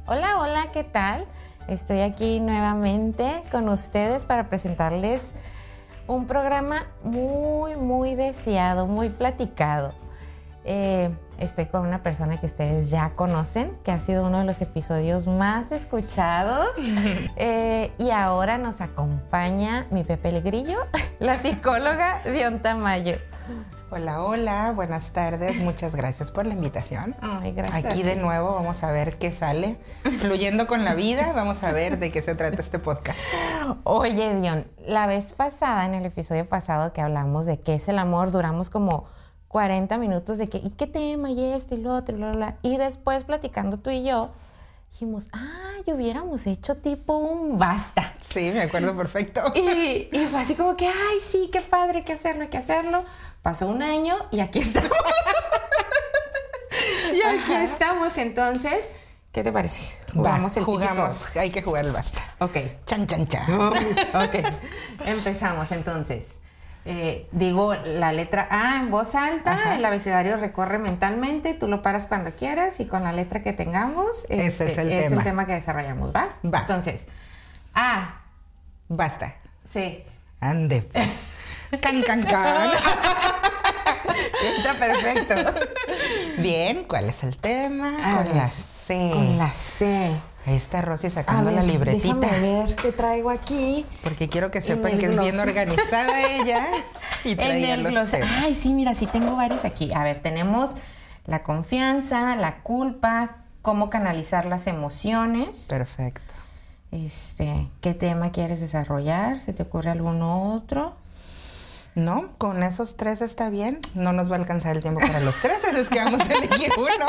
Hola, hola, ¿qué tal? Estoy aquí nuevamente con ustedes para presentarles un programa muy deseado, muy platicado. Estoy con una persona que ustedes ya conocen, que ha sido uno de los episodios más escuchados. Y ahora nos acompaña mi Pepe el Grillo, la psicóloga Dion Tamayo. Hola, hola, buenas tardes, muchas gracias por la invitación. Ay, gracias. Aquí de nuevo vamos a ver qué sale. Fluyendo con la vida, vamos a ver de qué se trata este podcast. Oye, Dion, la vez pasada, en el episodio pasado que hablamos de qué es el amor, duramos como 40 minutos de que, ¿y qué tema? Y este, y lo otro, y bla, bla. Y después, platicando tú y yo, dijimos, y hubiéramos hecho tipo un basta. Sí, me acuerdo perfecto. Y fue así como que, ay, sí, qué padre, hay que hacerlo, hay que hacerlo. Pasó un año y aquí estamos. Y aquí estamos, entonces, ¿qué te parece? Jugamos hay que jugar el basta. Ok. Chan, chan, chan. Ok, empezamos entonces. Digo la letra A en voz alta, el abecedario recorre mentalmente, tú lo paras cuando quieras y con la letra que tengamos, ese es el tema que desarrollamos, ¿va? Va. Entonces, A. Basta. C. Ande. Can, can, can. Entra perfecto. Bien, ¿cuál es el tema? Con la C. Con la C. Ahí está Rosy sacando la libretita. Déjame ver qué traigo aquí. Porque quiero que sepan que es bien organizada ella. Y traía en el los glosario. temas. Ay, sí, mira, sí tengo varios aquí. A ver, tenemos la confianza, la culpa, cómo canalizar las emociones. Perfecto. ¿Qué tema quieres desarrollar? ¿Se te ocurre alguno otro? No, con esos tres está bien. No nos va a alcanzar el tiempo para los tres, así es que vamos a elegir uno.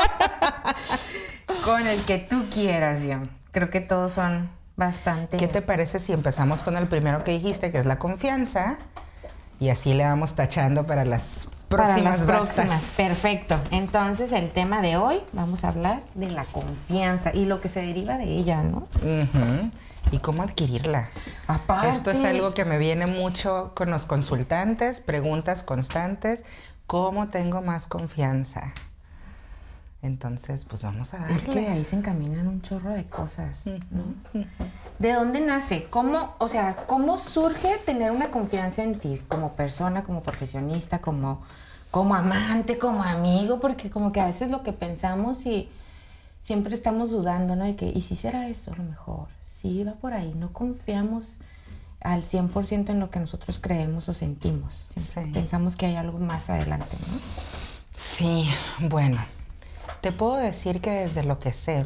Con el que tú quieras, Dion. Creo que todos son bastante... ¿Qué te parece si empezamos con el primero que dijiste, que es la confianza? Y así le vamos tachando para las próximas. Perfecto. Entonces, el tema de hoy, vamos a hablar de la confianza y lo que se deriva de ella, ¿no? Uh-huh. ¿Y cómo adquirirla? Aparte. Esto es algo que me viene mucho con los consultantes, preguntas constantes. ¿Cómo tengo más confianza? Entonces, pues vamos a darle. Es que de ahí se encaminan un chorro de cosas, ¿no? ¿De dónde nace? ¿Cómo surge tener una confianza en ti como persona, como profesionista, como amante, como amigo? Porque como que a veces lo que pensamos y siempre estamos dudando, ¿no? De que, ¿y si será eso a lo mejor? Sí, va por ahí. No confiamos al 100% en lo que nosotros creemos o sentimos. Siempre pensamos que hay algo más adelante, ¿no? Sí, bueno. Te puedo decir que desde lo que sé,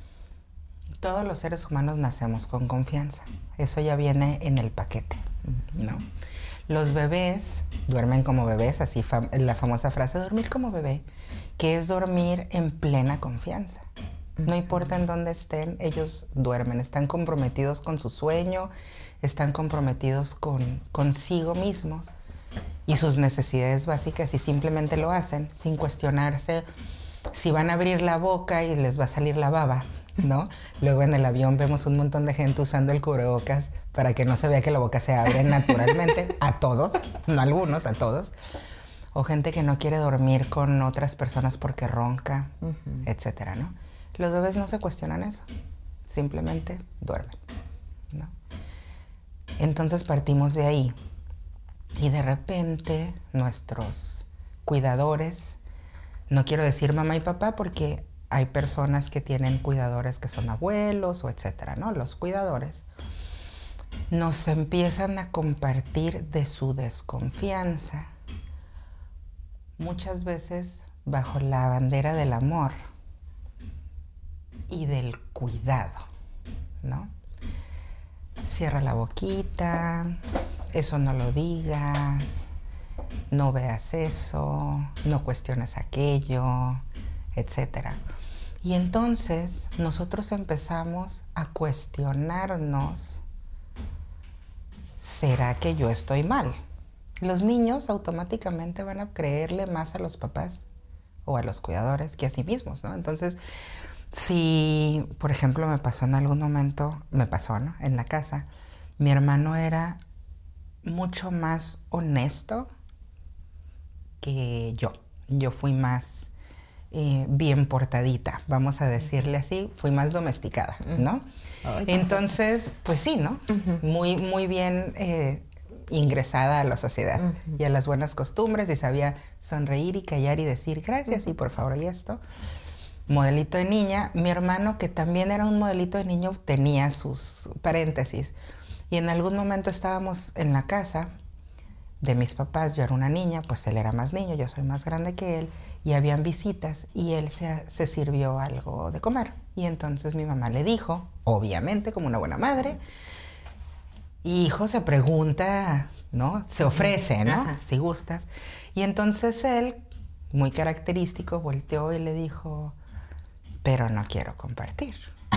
todos los seres humanos nacemos con confianza. Eso ya viene en el paquete, ¿no? Los bebés duermen como bebés, así la famosa frase, dormir como bebé, que es dormir en plena confianza. No importa en dónde estén, ellos duermen, están comprometidos con su sueño, están comprometidos consigo mismos y sus necesidades básicas y simplemente lo hacen sin cuestionarse si van a abrir la boca y les va a salir la baba, ¿no? Luego en el avión vemos un montón de gente usando el cubrebocas para que no se vea que la boca se abre naturalmente, a todos, no a algunos, a todos. O gente que no quiere dormir con otras personas porque ronca, etcétera, ¿no? Los bebés no se cuestionan eso, simplemente duermen, ¿no? Entonces partimos de ahí y de repente nuestros cuidadores, no quiero decir mamá y papá porque hay personas que tienen cuidadores que son abuelos o etcétera, ¿no? Los cuidadores nos empiezan a compartir de su desconfianza, muchas veces bajo la bandera del amor y del cuidado, ¿no? Cierra la boquita, eso no lo digas, no veas eso, no cuestiones aquello, etcétera. Y entonces nosotros empezamos a cuestionarnos, ¿será que yo estoy mal? Los niños automáticamente van a creerle más a los papás o a los cuidadores que a sí mismos, ¿no? Entonces, si, por ejemplo, me pasó en algún momento, ¿no? En la casa, mi hermano era mucho más honesto que yo. Yo fui más bien portadita, vamos a decirle así, fui más domesticada, ¿no? Entonces, pues sí, ¿no? Muy, muy bien ingresada a la sociedad y a las buenas costumbres, y sabía sonreír y callar y decir gracias y por favor y esto. Modelito de niña. Mi hermano, que también era un modelito de niño, tenía sus paréntesis. Y en algún momento estábamos en la casa de mis papás, yo era una niña, pues él era más niño, yo soy más grande que él, y habían visitas y él se sirvió algo de comer. Y entonces mi mamá le dijo, obviamente como una buena madre, hijo, se pregunta, ¿no? Se ofrece, ¿no? Ajá. Si gustas. Y entonces él, muy característico, volteó y le dijo, pero no quiero compartir.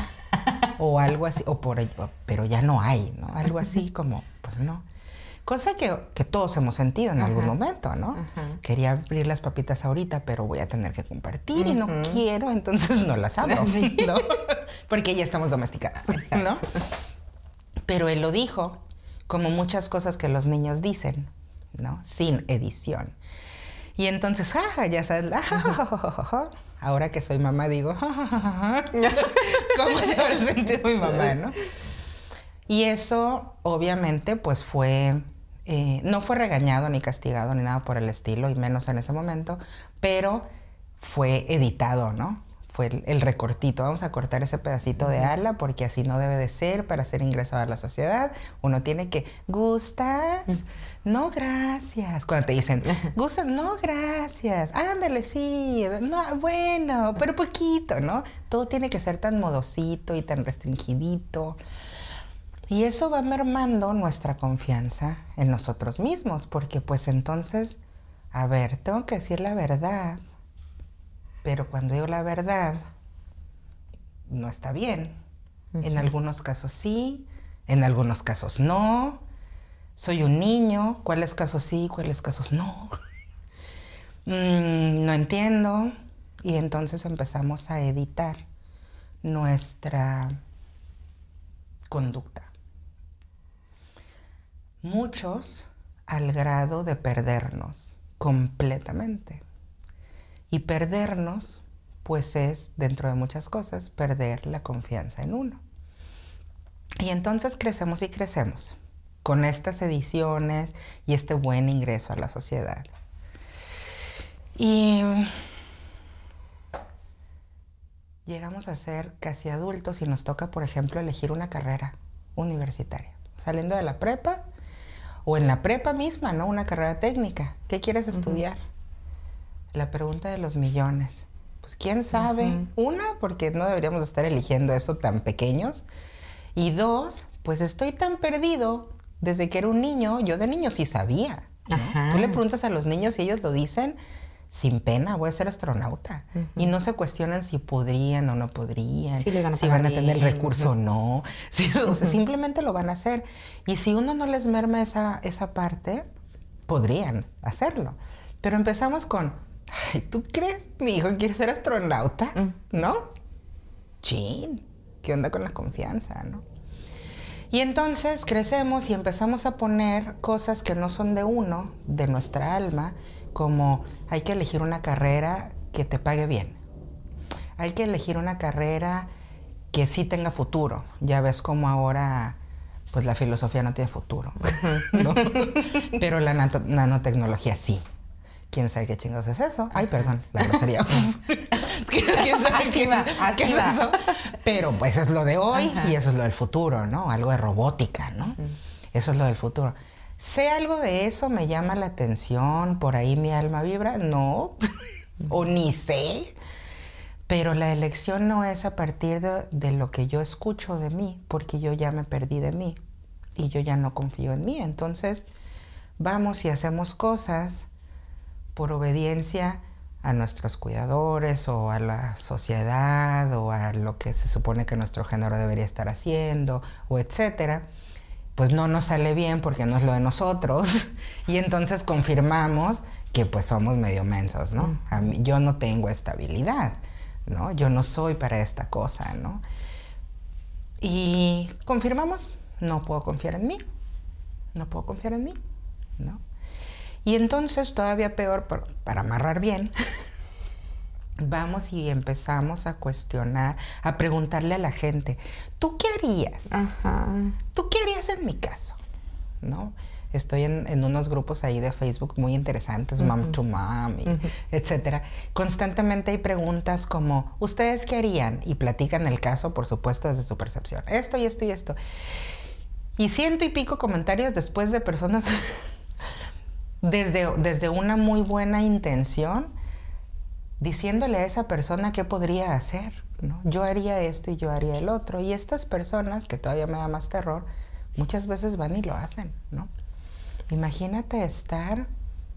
O algo así, pero ya no hay, ¿no? Algo así como, pues no. Cosa que todos hemos sentido en algún momento, ¿no? Quería abrir las papitas ahorita, pero voy a tener que compartir y no quiero, entonces no las abro, sí, ¿no? Porque ya estamos domesticadas, ¿no? Pero él lo dijo, como muchas cosas que los niños dicen, ¿no? Sin edición. Y entonces, jaja, ya sabes, ahora que soy mamá digo, ¿cómo se habrá sentido mi mamá, no? Y eso, obviamente, pues fue, no fue regañado ni castigado ni nada por el estilo, y menos en ese momento, pero fue editado, ¿no? Fue el recortito, vamos a cortar ese pedacito de ala porque así no debe de ser para ser ingresado a la sociedad. Uno tiene que, ¿gustas? No, gracias. Cuando te dicen, ¿gustas? No, gracias. Ándale, sí. No, bueno, pero poquito, ¿no? Todo tiene que ser tan modosito y tan restringidito. Y eso va mermando nuestra confianza en nosotros mismos, porque pues entonces, a ver, tengo que decir la verdad. Pero cuando digo la verdad, no está bien. En algunos casos sí, en algunos casos no. Soy un niño, ¿cuáles casos sí, cuáles casos no? No entiendo. Y entonces empezamos a editar nuestra conducta. Muchos al grado de perdernos completamente. Y perdernos, pues es, dentro de muchas cosas, perder la confianza en uno. Y entonces crecemos y crecemos con estas ediciones y este buen ingreso a la sociedad. Y llegamos a ser casi adultos y nos toca, por ejemplo, elegir una carrera universitaria. Saliendo de la prepa o en la prepa misma, ¿no? Una carrera técnica. ¿Qué quieres estudiar? La pregunta de los millones. Pues quién sabe. Una, porque no deberíamos estar eligiendo eso tan pequeños. Y dos, pues estoy tan perdido desde que era un niño. Yo de niño sí sabía, ¿no? Tú le preguntas a los niños y ellos lo dicen sin pena, voy a ser astronauta. Y no se cuestionan si podrían o no podrían, si van a tener el recurso o no. Sí, o sea, simplemente lo van a hacer. Y si uno no les merma esa parte, podrían hacerlo. Pero empezamos con, ay, ¿tú crees? Mi hijo quiere ser astronauta, ¿no? Chin, ¿qué onda con la confianza, no? Y entonces crecemos y empezamos a poner cosas que no son de uno, de nuestra alma, como hay que elegir una carrera que te pague bien. Hay que elegir una carrera que sí tenga futuro. Ya ves cómo ahora, pues la filosofía no tiene futuro, ¿no? Pero la nanotecnología sí. ¿Quién sabe qué chingados es eso? Ay, perdón, la grosería. ¿Quién sabe qué es eso? Pero pues es lo de hoy y eso es lo del futuro, ¿no? Algo de robótica, ¿no? Eso es lo del futuro. ¿Sé algo de eso? ¿Me llama la atención? ¿Por ahí mi alma vibra? No. O ni sé. Pero la elección no es a partir de lo que yo escucho de mí, porque yo ya me perdí de mí y yo ya no confío en mí. Entonces, vamos y hacemos cosas por obediencia a nuestros cuidadores o a la sociedad o a lo que se supone que nuestro género debería estar haciendo o etcétera. Pues no nos sale bien porque no es lo de nosotros y entonces confirmamos que pues somos medio mensos, ¿no? Yo no tengo esta habilidad, ¿no? Yo no soy para esta cosa, ¿no? Y confirmamos, no puedo confiar en mí, no puedo confiar en mí, ¿no? Y entonces, todavía peor, para amarrar bien, vamos y empezamos a cuestionar, a preguntarle a la gente, ¿tú qué harías? Ajá. ¿Tú qué harías en mi caso? ¿No? Estoy en unos grupos ahí de Facebook muy interesantes, Mom to Mom, etcétera. Constantemente hay preguntas como, ¿ustedes qué harían? Y platican el caso, por supuesto, desde su percepción. Esto y esto y esto. Y 100 y pico comentarios después de personas desde una muy buena intención, diciéndole a esa persona qué podría hacer, ¿no? Yo haría esto y yo haría el otro. Y estas personas, que todavía me da más terror, muchas veces van y lo hacen, ¿no? Imagínate estar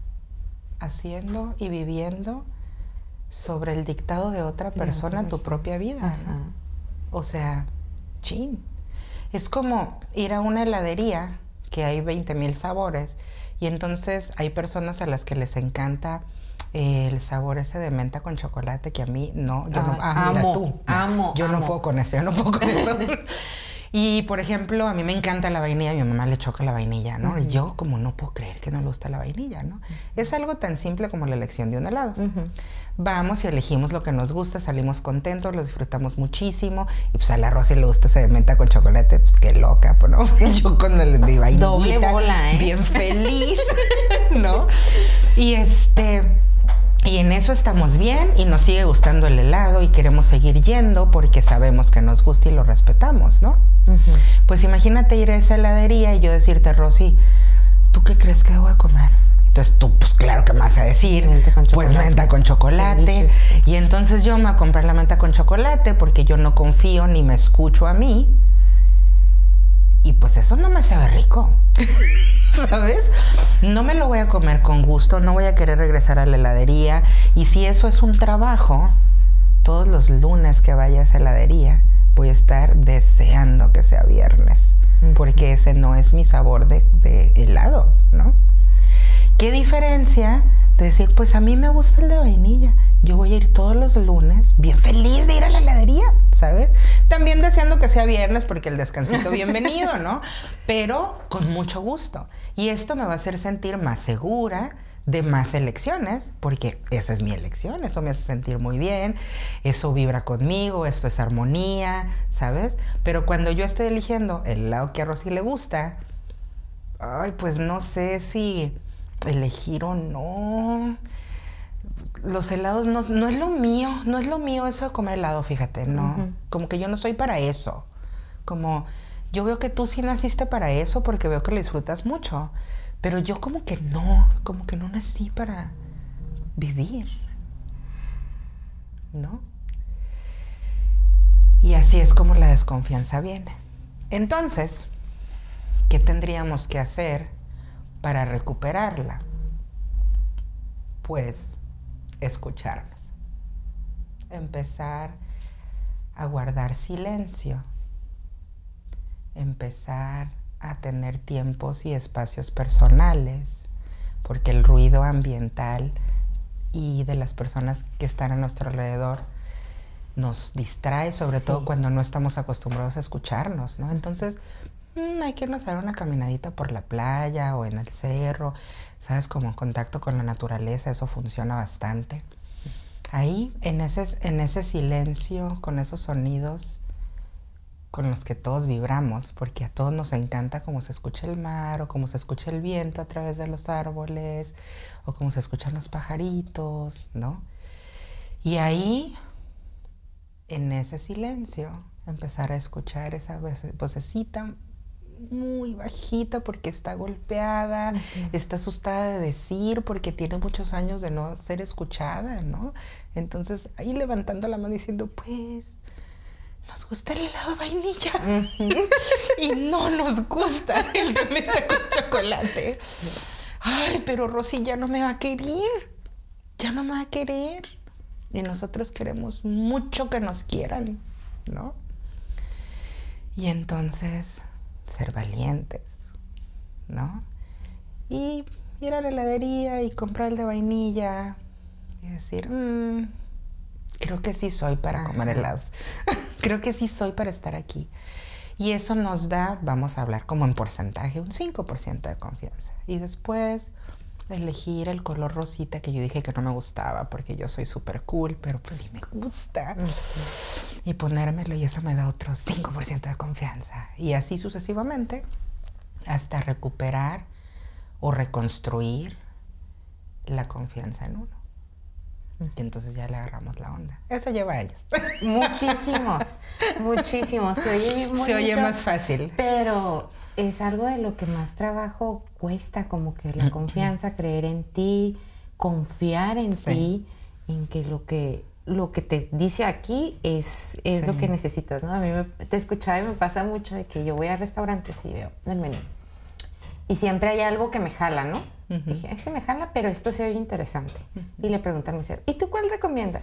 haciendo y viviendo sobre el dictado de otra persona tu propia vida, ¿no? O sea, chin. Es como ir a una heladería que hay 20,000 sabores y entonces hay personas a las que les encanta el sabor ese de menta con chocolate que a mí no, yo no, mira tú, yo no puedo con esto, yo no puedo con eso. Y, por ejemplo, a mí me encanta la vainilla, a mi mamá le choca la vainilla, ¿no? Y yo como no puedo creer que no le gusta la vainilla, ¿no? Es algo tan simple como la elección de un helado. Vamos y elegimos lo que nos gusta, salimos contentos, lo disfrutamos muchísimo. Y pues a la Rosy le gusta ese de menta con chocolate, pues qué loca, pues, ¿no? Yo con el de vainilla. Doble bola, ¿eh? Bien feliz, ¿no? Y y en eso estamos bien y nos sigue gustando el helado y queremos seguir yendo porque sabemos que nos gusta y lo respetamos, ¿no? Pues imagínate ir a esa heladería y yo decirte, Rosy, ¿tú qué crees que voy a comer? Entonces tú, pues claro que me vas a decir, pues menta con chocolate. Y entonces yo me voy a comprar la menta con chocolate porque yo no confío ni me escucho a mí. Y pues eso no me sabe rico. ¿Sabes? No me lo voy a comer con gusto, no voy a querer regresar a la heladería. Y si eso es un trabajo, todos los lunes que vaya a esa heladería, voy a estar deseando que sea viernes, porque ese no es mi sabor de helado, ¿no? ¿Qué diferencia de decir, pues a mí me gusta el de vainilla, yo voy a ir todos los lunes, bien feliz de ir a la heladería, ¿sabes? También deseando que sea viernes porque el descansito bienvenido, ¿no? Pero con mucho gusto. Y esto me va a hacer sentir más segura de más elecciones, porque esa es mi elección, eso me hace sentir muy bien, eso vibra conmigo, esto es armonía, ¿sabes? Pero cuando yo estoy eligiendo el helado que a Rosy le gusta, ay, pues no sé si elegir o no. Los helados no es lo mío eso de comer helado, fíjate, no. Como que yo no soy para eso. Como yo veo que tú sí naciste para eso porque veo que lo disfrutas mucho. Pero yo como que no nací para vivir, ¿no? Y así es como la desconfianza viene. Entonces, ¿qué tendríamos que hacer para recuperarla? Pues escucharnos. Empezar a guardar silencio. Empezar a tener tiempos y espacios personales, porque el ruido ambiental y de las personas que están a nuestro alrededor nos distrae, sobre todo cuando no estamos acostumbrados a escucharnos, ¿no? Entonces, hay que irnos a dar una caminadita por la playa o en el cerro, ¿sabes? Como en contacto con la naturaleza, eso funciona bastante. Ahí, en ese silencio, con esos sonidos con los que todos vibramos, porque a todos nos encanta cómo se escucha el mar, o cómo se escucha el viento a través de los árboles, o cómo se escuchan los pajaritos, ¿no? Y ahí, en ese silencio, empezar a escuchar esa vocecita muy bajita porque está golpeada, está asustada de decir porque tiene muchos años de no ser escuchada, ¿no? Entonces, ahí levantando la mano diciendo, pues, nos gusta el helado de vainilla y no nos gusta el de menta con chocolate. Ay, pero Rosy ya no me va a querer, y nosotros queremos mucho que nos quieran, ¿no? Y entonces ser valientes, ¿no? Y ir a la heladería y comprar el de vainilla y decir, creo que sí soy para comer helados. Creo que sí soy para estar aquí. Y eso nos da, vamos a hablar como en porcentaje, un 5% de confianza. Y después elegir el color rosita que yo dije que no me gustaba porque yo soy súper cool, pero pues sí me gusta. Y ponérmelo y eso me da otro 5% de confianza. Y así sucesivamente hasta recuperar o reconstruir la confianza en uno. Y entonces ya le agarramos la onda. Eso lleva a ellos. Muchísimos. Se oye bien bonito. Se oye más fácil. Pero es algo de lo que más trabajo cuesta, como que la confianza, creer en ti, confiar en ti, en que lo que te dice aquí es lo que necesitas, ¿no? A mí te escuchaba y me pasa mucho de que yo voy a restaurantes y veo el menú. Y siempre hay algo que me jala, ¿no? Dije, este me jala, pero esto se oye interesante. Y le pregunto al mesero, ¿y tú cuál recomiendas?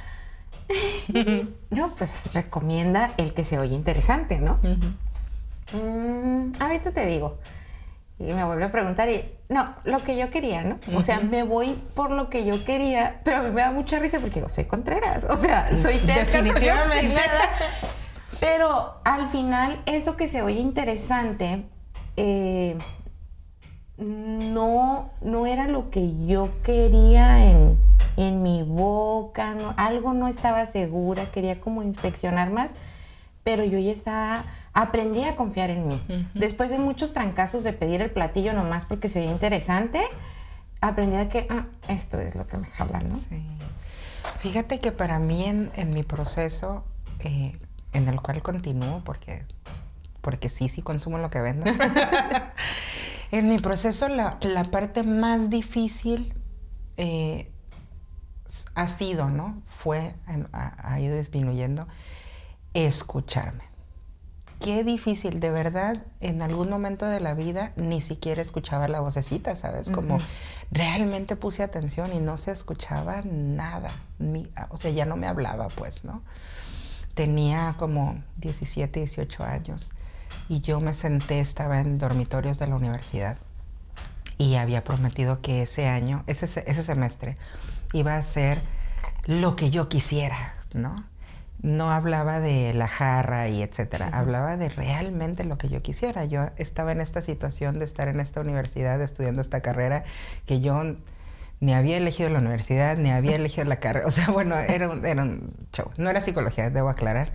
No, pues recomienda el que se oye interesante, ¿no? Ahorita te digo. Y me vuelve a preguntar y, no, lo que yo quería, ¿no? O sea, me voy por lo que yo quería, pero a mí me da mucha risa porque digo, soy Contreras, o sea, soy terca, soy obstinada. Pero al final, eso que se oye interesante, no era lo que yo quería en mi boca, algo no estaba segura, quería como inspeccionar más, pero yo ya aprendí a confiar en mí. Después de muchos trancazos de pedir el platillo nomás porque se oía interesante, aprendí a que esto es lo que me jala, ¿no? Sí. Fíjate que para mí en mi proceso, en el cual continúo, porque sí consumo lo que vendo, en mi proceso la parte más difícil ha sido, ¿no? Ha ido disminuyendo, escucharme. Qué difícil, de verdad, en algún momento de la vida ni siquiera escuchaba la vocecita, ¿sabes? Como realmente puse atención y no se escuchaba nada. O sea, ya no me hablaba, pues, ¿no? Tenía como 17, 18 años y yo me senté, estaba en dormitorios de la universidad y había prometido que ese año, ese semestre, iba a ser lo que yo quisiera, ¿no? No hablaba de la jarra y etcétera, hablaba de realmente lo que yo quisiera. Yo estaba en esta situación de estar en esta universidad estudiando esta carrera que yo ni había elegido la universidad, ni había elegido la carrera. O sea, bueno, era un show. No era psicología, debo aclarar.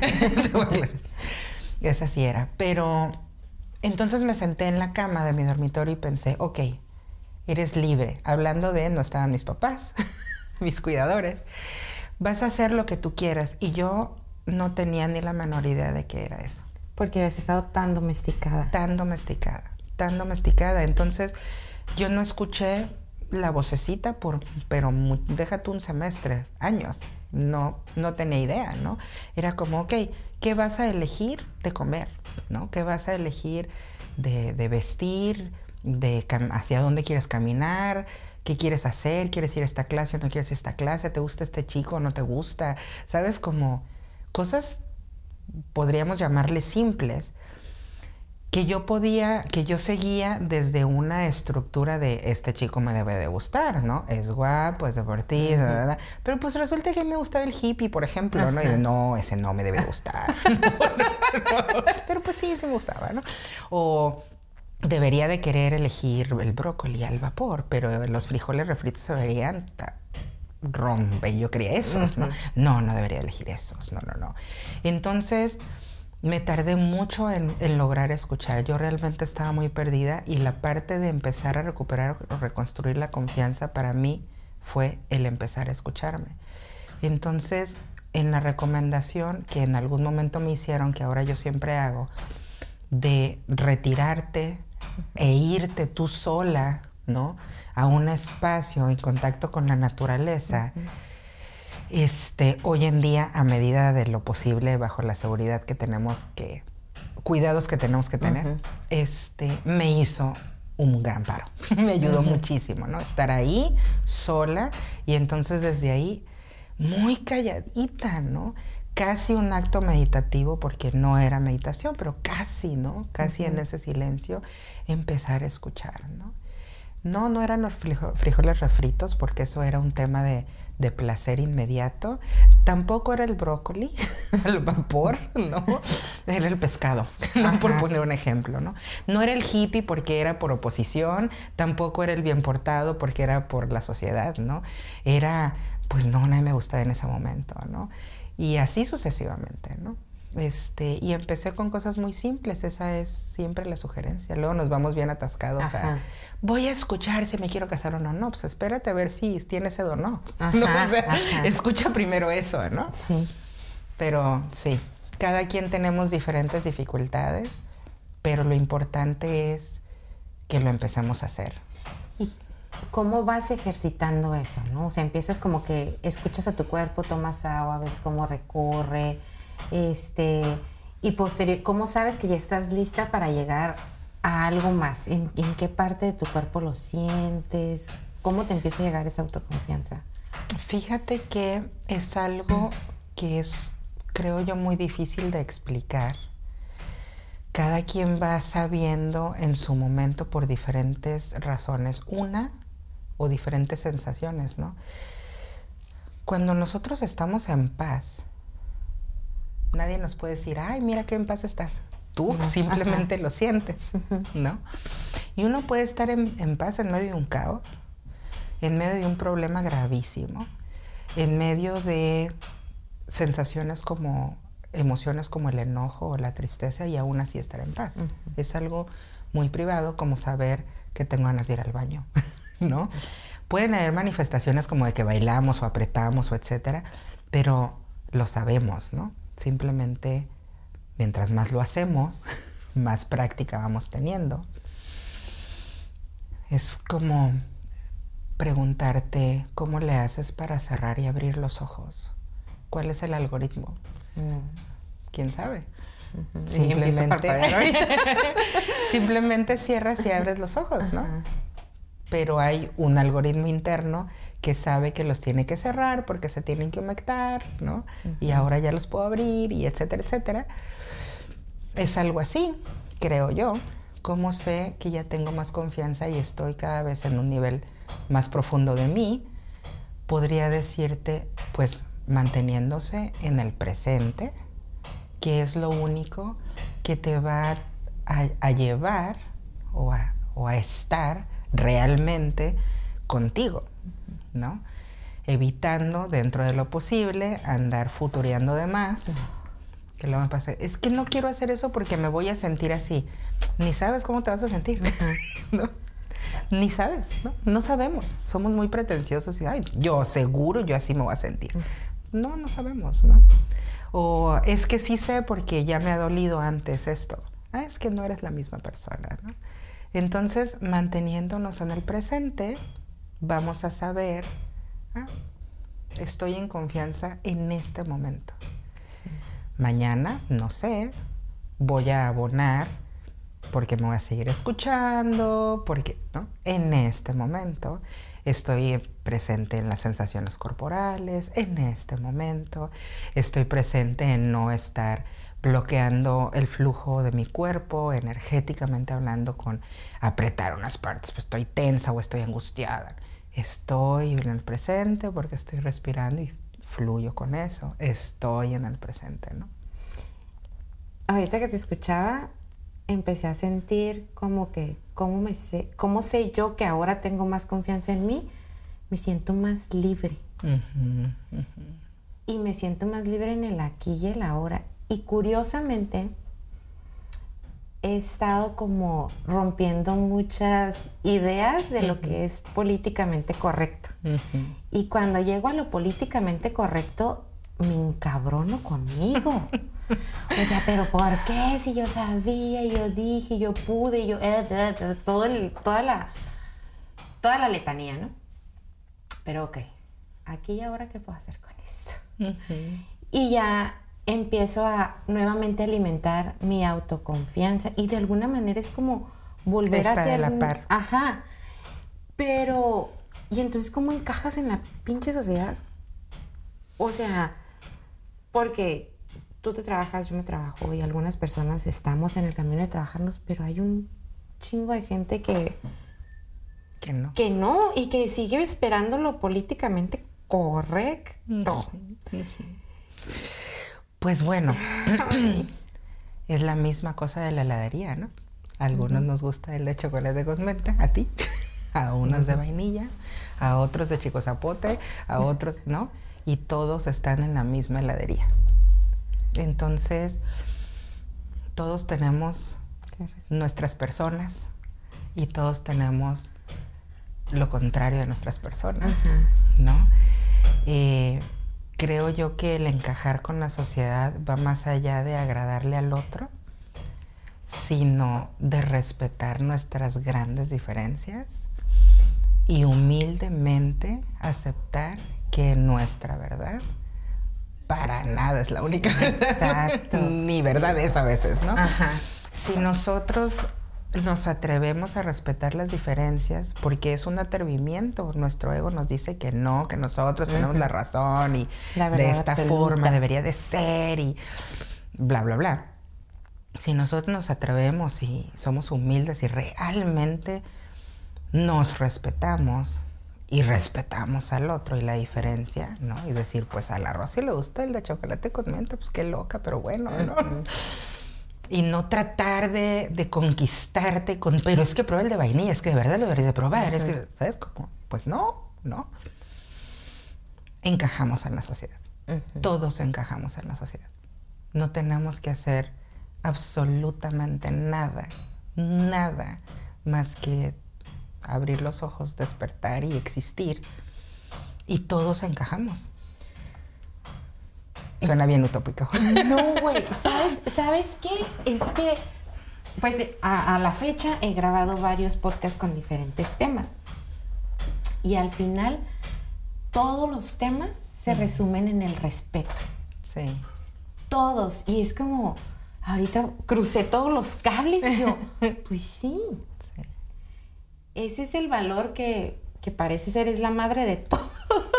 Esa sí era. Pero entonces me senté en la cama de mi dormitorio y pensé, ok, eres libre. Hablando de, no estaban mis papás, mis cuidadores. Vas a hacer lo que tú quieras. Y yo no tenía ni la menor idea de qué era eso. Porque habías estado tan domesticada. Tan domesticada. Entonces, yo no escuché la vocecita pero déjate un semestre, años. No tenía idea, ¿no? Era como, ok, ¿qué vas a elegir de comer? ¿No? ¿Qué vas a elegir de vestir? ¿Hacia dónde quieres caminar? ¿Qué quieres hacer? ¿Quieres ir a esta clase o no quieres ir a esta clase? ¿Te gusta este chico o no te gusta? ¿Sabes? Como cosas, podríamos llamarle simples, que yo seguía desde una estructura de este chico me debe de gustar, ¿no? Es guapo, es deportista, pero pues resulta que me gustaba el hippie, por ejemplo, ¿no? Y no, ese no me debe de gustar. No. Pero pues sí me gustaba, ¿no? O debería de querer elegir el brócoli al vapor, pero los frijoles refritos se verían rompe. Yo quería esos, ¿no? No debería elegir esos, no. Entonces, me tardé mucho en lograr escuchar. Yo realmente estaba muy perdida y la parte de empezar a recuperar o reconstruir la confianza para mí fue el empezar a escucharme. Entonces, en la recomendación que en algún momento me hicieron, que ahora yo siempre hago, de retirarte e irte tú sola, ¿no? A un espacio en contacto con la naturaleza. Hoy en día, a medida de lo posible, bajo la seguridad que tenemos cuidados que tenemos que tener, me hizo un gran paro. Me ayudó muchísimo, ¿no? Estar ahí, sola, y entonces desde ahí, muy calladita, ¿no? Casi un acto meditativo, porque no era meditación, pero casi, ¿no? Casi en ese silencio, empezar a escuchar, ¿no? No eran los frijoles refritos, porque eso era un tema de de placer inmediato, tampoco era el brócoli al vapor, ¿no? Era el pescado, ¿no? Por poner un ejemplo, ¿no? No era el hippie porque era por oposición, tampoco era el bien portado porque era por la sociedad, ¿no? Era, pues no, nadie me gustaba en ese momento, ¿no? Y así sucesivamente, ¿no? Y empecé con cosas muy simples, esa es siempre la sugerencia. Luego nos vamos bien atascados a, voy a escuchar si me quiero casar o no. No, pues espérate a ver si tienes sed o no. ¿No? O sea, escucha primero eso, ¿no? Sí. Pero sí, cada quien tenemos diferentes dificultades, pero lo importante es que lo empecemos a hacer. ¿Y cómo vas ejercitando eso, no? O sea, empiezas como que escuchas a tu cuerpo, tomas agua, ves cómo recorre, y posterior, ¿cómo sabes que ya estás lista para llegar a algo más? ¿En qué parte de tu cuerpo lo sientes? ¿Cómo te empieza a llegar esa autoconfianza? Fíjate que es algo que es, creo yo, muy difícil de explicar. Cada quien va sabiendo en su momento por diferentes razones, o diferentes sensaciones, ¿no? Cuando nosotros estamos en paz, nadie nos puede decir, ay, mira qué en paz estás. Tú simplemente lo sientes, ¿no? Y uno puede estar en paz en medio de un caos, en medio de un problema gravísimo, en medio de sensaciones como, emociones como el enojo o la tristeza, y aún así estar en paz. Es algo muy privado, como saber que tengo ganas de ir al baño, ¿no? Pueden haber manifestaciones como de que bailamos o apretamos o etcétera, pero lo sabemos, ¿no? Simplemente, mientras más lo hacemos, más práctica vamos teniendo. Es como preguntarte cómo le haces para cerrar y abrir los ojos. ¿Cuál es el algoritmo? ¿Quién sabe? Simplemente cierras y abres los ojos, ¿no? Pero hay un algoritmo interno que sabe que los tiene que cerrar porque se tienen que humectar, ¿no? Y ahora ya los puedo abrir, y etcétera, etcétera. Es algo así, creo yo. ¿Cómo sé que ya tengo más confianza y estoy cada vez en un nivel más profundo de mí? Podría decirte, pues, manteniéndose en el presente, que es lo único que te va a llevar o a estar realmente contigo, ¿no? Evitando, dentro de lo posible, andar futureando de más. Que luego me pasa, es que no quiero hacer eso porque me voy a sentir así. Ni sabes cómo te vas a sentir, ¿no? Ni sabes, ¿no? No sabemos. Somos muy pretenciosos y, ay, yo seguro, yo así me voy a sentir. No sabemos, ¿no? O es que sí sé porque ya me ha dolido antes esto. Ah, es que no eres la misma persona, ¿no? Entonces, manteniéndonos en el presente, vamos a saber, estoy en confianza en este momento. Sí. Mañana, no sé, voy a abonar porque me voy a seguir escuchando, porque, ¿no? En este momento estoy presente en las sensaciones corporales, en este momento estoy presente en no estar bloqueando el flujo de mi cuerpo, energéticamente hablando, con apretar unas partes, pues estoy tensa o estoy angustiada. Estoy en el presente porque estoy respirando y fluyo con eso. Estoy en el presente, ¿no? Ahorita que te escuchaba, empecé a sentir como que, ¿cómo sé yo que ahora tengo más confianza en mí? Me siento más libre. Y me siento más libre en el aquí y el ahora. Y curiosamente, he estado como rompiendo muchas ideas de lo que es políticamente correcto. Y cuando llego a lo políticamente correcto, me encabrono conmigo. O sea, ¿pero por qué? Si yo sabía, yo dije, yo pude, yo... toda la letanía, ¿no? Pero ok, aquí y ahora, ¿qué puedo hacer con esto? Y ya empiezo a nuevamente alimentar mi autoconfianza, y de alguna manera es como volver a ser... de la par. Ajá. Pero, ¿y entonces cómo encajas en la pinche sociedad? O sea, porque tú te trabajas, yo me trabajo, y algunas personas estamos en el camino de trabajarnos, pero hay un chingo de gente que no, y que sigue esperando lo políticamente correcto. Pues bueno, es la misma cosa de la heladería, ¿no? A algunos nos gusta el de chocolate con menta, a ti, a unos de vainilla, a otros de chico zapote, a otros, ¿no? Y todos están en la misma heladería. Entonces, todos tenemos nuestras personas y todos tenemos lo contrario de nuestras personas, ¿no? Creo yo que el encajar con la sociedad va más allá de agradarle al otro, sino de respetar nuestras grandes diferencias y humildemente aceptar que nuestra verdad para nada es la única verdad. Exacto. Ni verdad es a veces, ¿no? Ajá. Si nosotros nos atrevemos a respetar las diferencias, porque es un atrevimiento, nuestro ego nos dice que no, que nosotros tenemos la razón y la de esta absoluta forma debería de ser y bla, bla, bla. Si nosotros nos atrevemos y somos humildes y realmente nos respetamos y respetamos al otro y la diferencia, ¿no? Y decir, pues a la Rosy le gusta el de chocolate con menta, pues qué loca, pero bueno, ¿no? Y no tratar de conquistarte con, pero es que prueba el de vainilla, es que de verdad lo deberías de probar, es que, ¿sabes cómo? Pues no. Encajamos en la sociedad. Todos encajamos en la sociedad. No tenemos que hacer absolutamente nada más que abrir los ojos, despertar y existir. Y todos encajamos. Suena bien utópico. No, güey. ¿Sabes qué? Es que, pues, a la fecha he grabado varios podcasts con diferentes temas. Y al final, todos los temas se resumen en el respeto. Sí. Todos. Y es como, ahorita crucé todos los cables y yo, pues sí. Ese es el valor que parece ser es la madre de todo.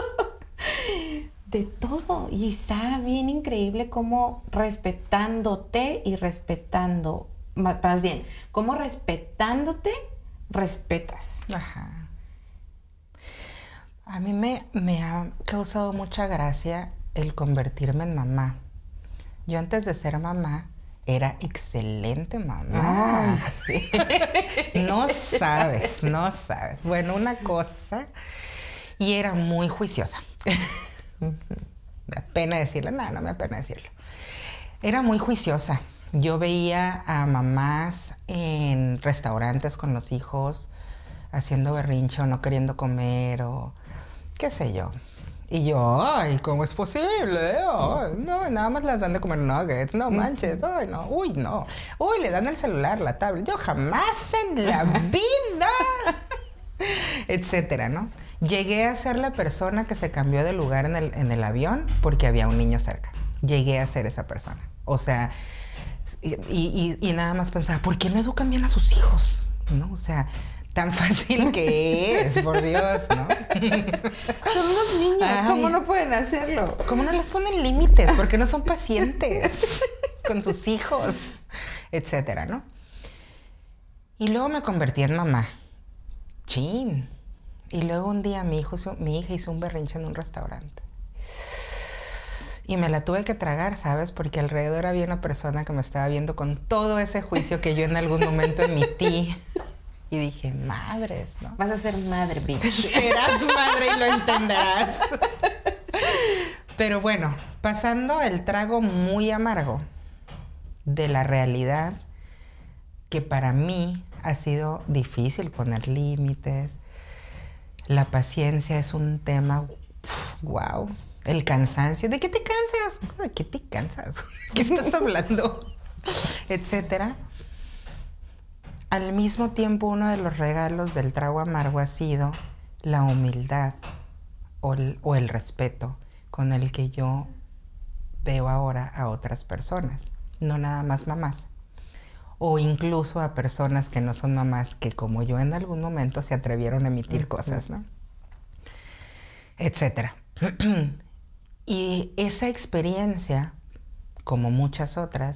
De todo. Y está bien increíble cómo respetándote y respetando, más bien, cómo respetándote, respetas. Ajá. A mí me ha causado mucha gracia el convertirme en mamá. Yo antes de ser mamá era excelente mamá. Ay, sí. No sabes. Bueno, una cosa, y era muy juiciosa. Me da pena decirlo, no me da pena decirlo. Era muy juiciosa. Yo veía a mamás en restaurantes con los hijos haciendo berrinche o no queriendo comer o qué sé yo. Y yo, ay, ¿cómo es posible? Ay, no, nada más las dan de comer nuggets, no manches, ay, no, uy, le dan el celular, la tablet, yo jamás en la vida, etcétera, ¿no? Llegué a ser la persona que se cambió de lugar en el avión porque había un niño cerca. Llegué a ser esa persona. O sea, y nada más pensaba, ¿por qué no educan bien a sus hijos? ¿No? O sea, tan fácil que es, por Dios, ¿no? Son unos niños, ay, ¿cómo no pueden hacerlo? ¿Cómo no les ponen límites? Porque no son pacientes con sus hijos, etcétera, ¿no? Y luego me convertí en mamá. Chin. Y luego un día mi hija hizo un berrinche en un restaurante. Y me la tuve que tragar, ¿sabes? Porque alrededor había una persona que me estaba viendo con todo ese juicio que yo en algún momento emití. Y dije, madres, ¿no? Vas a ser madre, bitch. Serás madre y lo entenderás. Pero bueno, pasando el trago muy amargo de la realidad, que para mí ha sido difícil poner límites. La paciencia es un tema, wow. El cansancio, ¿de qué te cansas? ¿De qué te cansas? ¿Qué estás hablando? Etcétera. Al mismo tiempo, uno de los regalos del trago amargo ha sido la humildad o el respeto con el que yo veo ahora a otras personas, no nada más mamás. O incluso a personas que no son mamás, que como yo en algún momento se atrevieron a emitir cosas, ¿no? Etcétera. Y esa experiencia, como muchas otras,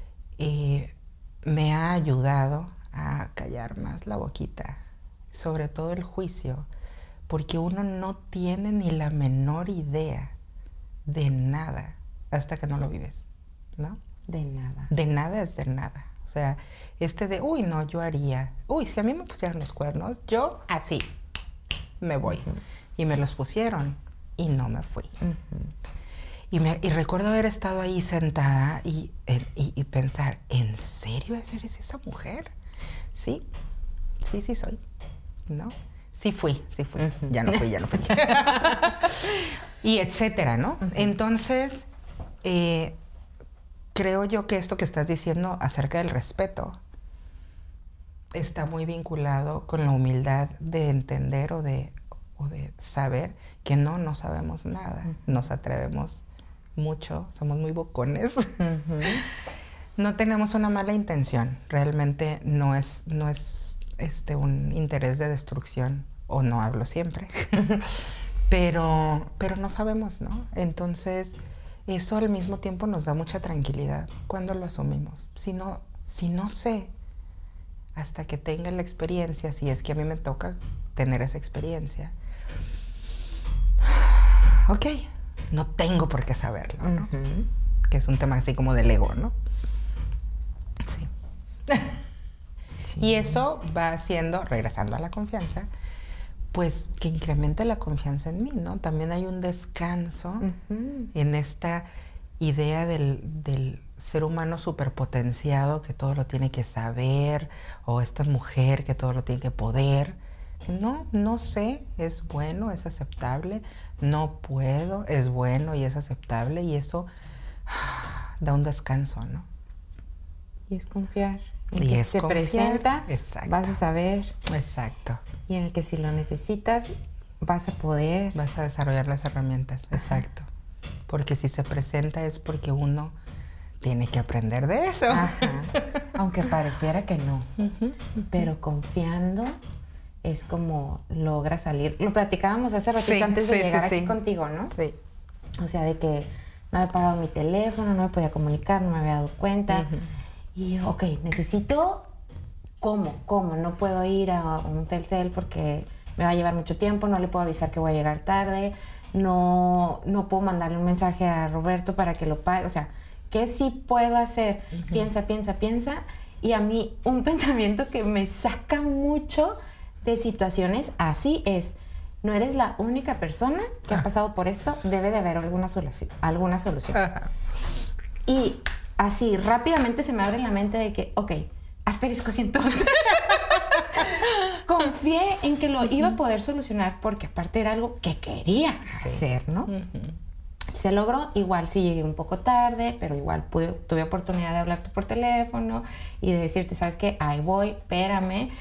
me ha ayudado a callar más la boquita, sobre todo el juicio, porque uno no tiene ni la menor idea de nada hasta que no lo vives, ¿no? De nada. De nada es de nada. O sea, uy, no, yo haría. Uy, si a mí me pusieran los cuernos, yo así me voy. Y me los pusieron y no me fui. Y recuerdo haber estado ahí sentada y pensar, ¿en serio eres esa mujer? Sí, sí soy, ¿no? Sí fui. Ya no fui. Y etcétera, ¿no? Entonces, creo yo que esto que estás diciendo acerca del respeto está muy vinculado con la humildad de entender o de saber que no sabemos nada. Nos atrevemos mucho, somos muy bocones. No tenemos una mala intención. Realmente no es un interés de destrucción, o no hablo siempre. pero no sabemos, ¿no? Entonces, eso al mismo tiempo nos da mucha tranquilidad cuando lo asumimos. Si no sé, hasta que tenga la experiencia, si es que a mí me toca tener esa experiencia, ok, no tengo por qué saberlo, ¿no? Que es un tema así como del ego, ¿no? Sí. Y eso va haciendo, regresando a la confianza, pues que incremente la confianza en mí, ¿no? También hay un descanso en esta idea del ser humano superpotenciado que todo lo tiene que saber, o esta mujer que todo lo tiene que poder. No sé, es bueno, es aceptable. No puedo, es bueno y es aceptable. Y eso da un descanso, ¿no? Y es confiar. En que si se presenta, exacto, vas a saber. Exacto. Y en el que si lo necesitas, vas a poder. Vas a desarrollar las herramientas. Ajá. Exacto. Porque si se presenta es porque uno tiene que aprender de eso. Ajá. Aunque pareciera que no. Pero confiando es como logra salir. Lo platicábamos hace ratito antes de llegar aquí contigo, ¿no? Sí. O sea, de que no había pagado mi teléfono, no me podía comunicar, no me había dado cuenta. Y yo, ok, necesito, ¿cómo? No puedo ir a un Telcel porque me va a llevar mucho tiempo, no le puedo avisar que voy a llegar tarde, no puedo mandarle un mensaje a Roberto para que lo pague. O sea, ¿qué sí puedo hacer? Piensa. Y a mí un pensamiento que me saca mucho de situaciones así es, no eres la única persona que ha pasado por esto, debe de haber alguna solución. Y así, rápidamente se me abre la mente de que, ok, asterisco 111. Confié en que lo iba a poder solucionar porque aparte era algo que quería hacer, ¿no? Se logró, igual sí llegué un poco tarde, pero igual tuve oportunidad de hablarte por teléfono y de decirte, ¿sabes qué? Ahí voy, espérame.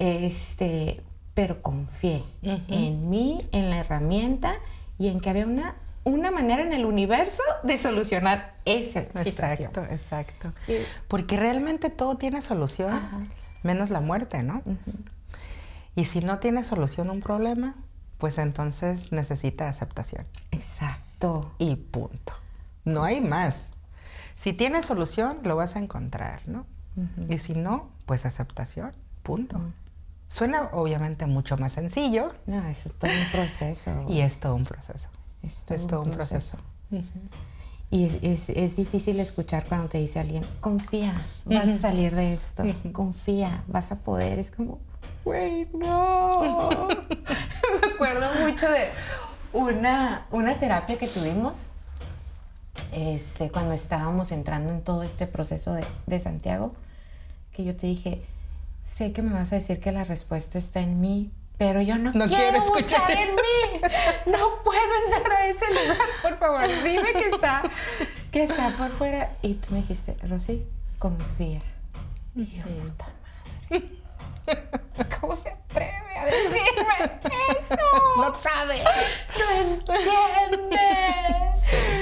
Pero confié en mí, en la herramienta y en que había una manera en el universo de solucionar esa situación. Exacto. Porque realmente todo tiene solución, menos la muerte, ¿no? Y si no tiene solución un problema, pues entonces necesita aceptación. Exacto. Y punto. No hay más. Si tiene solución, lo vas a encontrar, ¿no? Y si no, pues aceptación, punto. Suena obviamente mucho más sencillo. No, eso es todo un proceso. Y es todo un proceso. Es todo un proceso. Y es difícil escuchar cuando te dice alguien, confía, vas a salir de esto, confía, vas a poder. Es como, güey, no. Me acuerdo mucho de una terapia que tuvimos cuando estábamos entrando en todo este proceso de Santiago, que yo te dije, sé que me vas a decir que la respuesta está en mí, pero yo no quiero buscar en mí. No puedo entrar a ese lugar, por favor. Dime que está por fuera. Y tú me dijiste, Rosy, confía. Y yo, puta madre. ¿Cómo se atreve a decirme eso? No sabe. No entiende.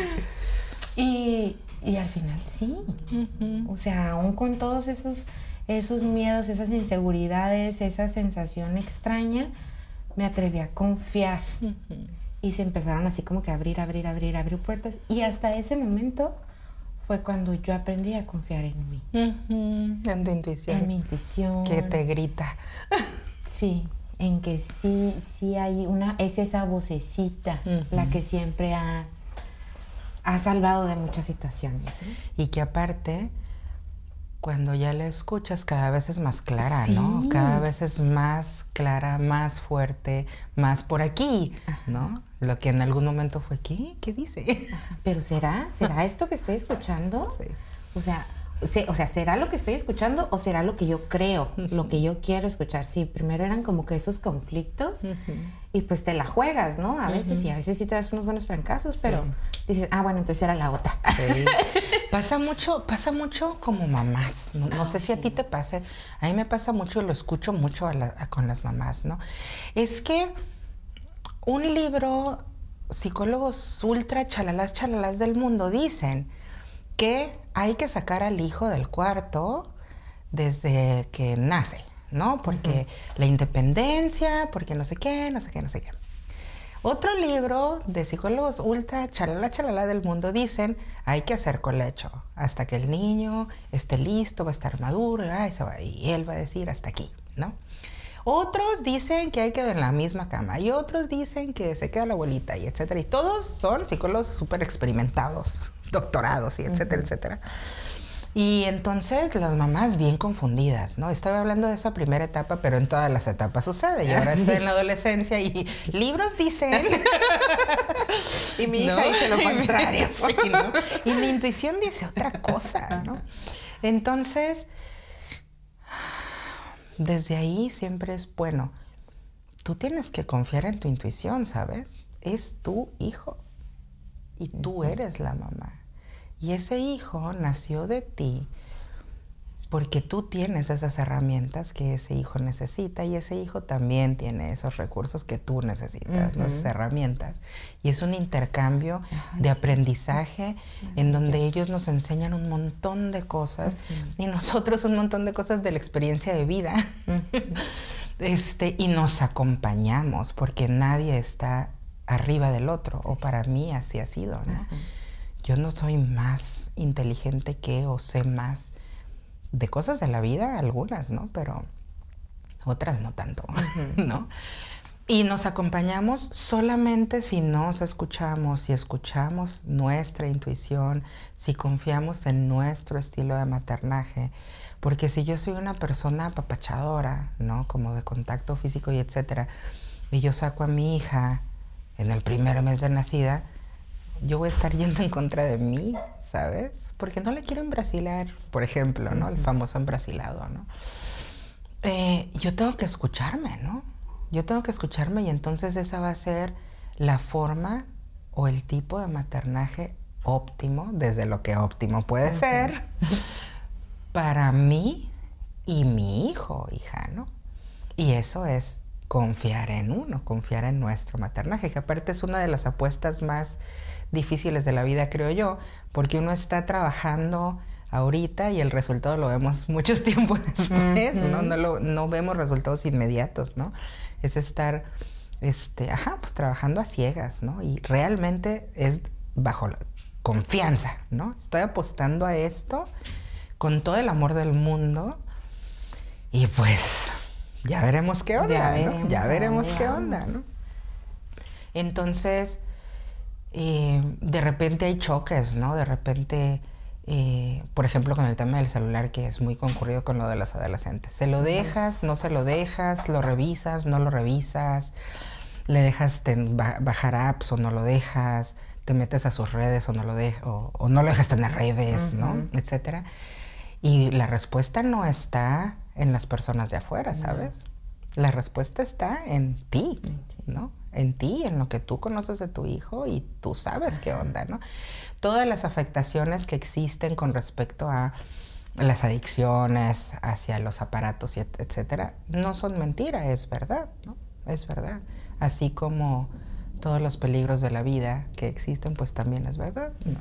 Y al final sí. O sea, aún con todos esos miedos, esas inseguridades, esa sensación extraña, me atreví a confiar. Y se empezaron así como que a abrir puertas. Y hasta ese momento fue cuando yo aprendí a confiar en mí. En tu intuición. En mi intuición. Que te grita. Sí. en que sí hay es esa vocecita la que siempre ha salvado de muchas situaciones, ¿no? Y que aparte, cuando ya la escuchas, cada vez es más clara, sí. ¿no? Cada vez es más clara, más fuerte, más por aquí, ¿no? Lo que en algún momento fue, ¿qué dice? Pero ¿será esto que estoy escuchando? Sí. O sea, ¿será lo que estoy escuchando o será lo que yo creo, lo que yo quiero escuchar? Sí, primero eran como que esos conflictos y pues te la juegas, ¿no? A veces y a veces sí te das unos buenos trancazos, pero dices, bueno, entonces era la otra. Sí. Pasa mucho como mamás. No sé si a ti te pase. A mí me pasa mucho y lo escucho mucho con las mamás, ¿no? Es que un libro, psicólogos ultra chalalas del mundo dicen que hay que sacar al hijo del cuarto desde que nace, ¿no? Porque la independencia, porque no sé qué. Otro libro de psicólogos ultra chalala del mundo dicen hay que hacer colecho hasta que el niño esté listo, va a estar maduro, y él va a decir hasta aquí, ¿no? Otros dicen que hay que en la misma cama y otros dicen que se queda la abuelita y etcétera. Y todos son psicólogos súper experimentados, doctorados y etcétera, etcétera. Y entonces las mamás bien confundidas, ¿no? Estaba hablando de esa primera etapa, pero en todas las etapas sucede. Y ahora estoy en la adolescencia y libros dicen... y mi hija dice lo contrario. Sí, ¿no? Y mi intuición dice otra cosa, ¿no? Entonces, desde ahí siempre es, bueno, tú tienes que confiar en tu intuición, ¿sabes? Es tu hijo y tú eres la mamá. Y ese hijo nació de ti porque tú tienes esas herramientas que ese hijo necesita y ese hijo también tiene esos recursos que tú necesitas, ¿no? Esas herramientas. Y es un intercambio de aprendizaje en donde ellos nos enseñan un montón de cosas y nosotros un montón de cosas de la experiencia de vida. Y nos acompañamos porque nadie está arriba del otro, o para mí así ha sido, ¿no? Yo no soy más inteligente que o sé más de cosas de la vida, algunas, ¿no? Pero otras no tanto, ¿no? Y nos acompañamos solamente si nos escuchamos, si escuchamos nuestra intuición, si confiamos en nuestro estilo de maternaje. Porque si yo soy una persona apapachadora, ¿no? Como de contacto físico y etcétera, y yo saco a mi hija en el primer mes de nacida, yo voy a estar yendo en contra de mí, ¿sabes? Porque no le quiero embrasilar, por ejemplo, ¿no? El famoso embrasilado, ¿no? Yo tengo que escucharme, ¿no? Yo tengo que escucharme y entonces esa va a ser la forma o el tipo de maternaje óptimo, desde lo que óptimo puede ser, para mí y mi hijo, hija, ¿no? Y eso es confiar en uno, confiar en nuestro maternaje, que aparte es una de las apuestas más difíciles de la vida, creo yo, porque uno está trabajando ahorita y el resultado lo vemos muchos tiempos después, ¿no? No vemos resultados inmediatos, ¿no? Es estar, pues trabajando a ciegas, ¿no? Y realmente es bajo la confianza, ¿no? Estoy apostando a esto con todo el amor del mundo y pues ya veremos qué onda, ¿no? Ya veremos qué onda, ¿no? Entonces, de repente hay choques, ¿no? De repente, por ejemplo, con el tema del celular, que es muy concurrido con lo de los adolescentes. ¿Se lo dejas? ¿No se lo dejas? ¿Lo revisas? ¿No lo revisas? ¿Le dejas bajar apps o no lo dejas? ¿Te metes a sus redes o no lo dejas? O no lo dejas tener redes, ¿no? Etcétera. Y la respuesta no está en las personas de afuera, ¿sabes? La respuesta está en ti, ¿no? En ti, en lo que tú conoces de tu hijo y tú sabes qué onda, ¿no? Todas las afectaciones que existen con respecto a las adicciones hacia los aparatos, y etcétera, no son mentira, es verdad, ¿no? Es verdad. Así como todos los peligros de la vida que existen, pues también es verdad, ¿no?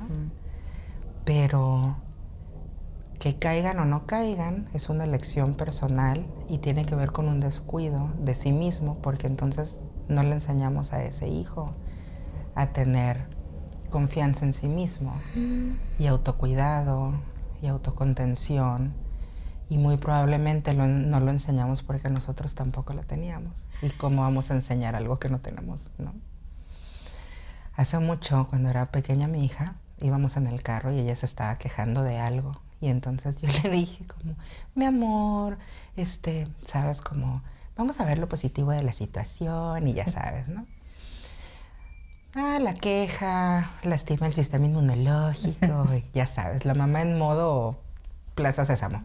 Pero que caigan o no caigan es una elección personal y tiene que ver con un descuido de sí mismo, porque entonces no le enseñamos a ese hijo a tener confianza en sí mismo y autocuidado y autocontención Y muy probablemente no lo enseñamos porque nosotros tampoco la teníamos. ¿Y cómo vamos a enseñar algo que no tenemos, no? Hace mucho, cuando era pequeña mi hija, íbamos en el carro y ella se estaba quejando de algo. Y entonces yo le dije como, mi amor, sabes, como, vamos a ver lo positivo de la situación y ya sabes, ¿no? La queja, lastima el sistema inmunológico, y ya sabes, la mamá en modo Plaza Sésamo.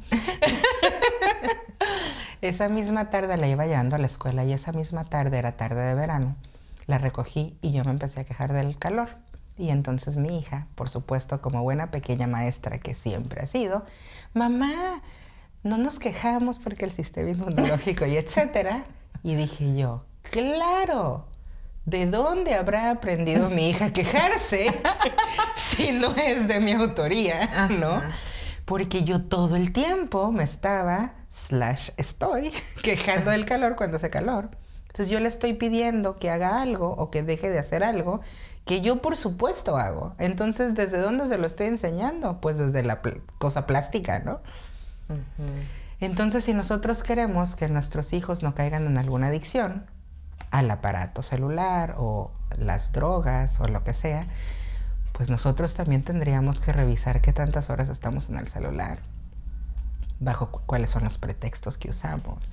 Esa misma tarde la iba llevando a la escuela y esa misma tarde, era tarde de verano, la recogí y yo me empecé a quejar del calor. Y entonces mi hija, por supuesto, como buena pequeña maestra que siempre ha sido, mamá, no nos quejamos porque el sistema inmunológico y etcétera. Y dije yo, claro, ¿de dónde habrá aprendido mi hija a quejarse si no es de mi autoría, ¿no? Porque yo todo el tiempo me estoy quejando del calor cuando hace calor. Entonces yo le estoy pidiendo que haga algo o que deje de hacer algo que yo por supuesto hago. Entonces, ¿desde dónde se lo estoy enseñando? Pues desde la cosa plástica, ¿no? Entonces, si nosotros queremos que nuestros hijos no caigan en alguna adicción al aparato celular o las drogas o lo que sea, pues nosotros también tendríamos que revisar qué tantas horas estamos en el celular, bajo cuáles son los pretextos que usamos,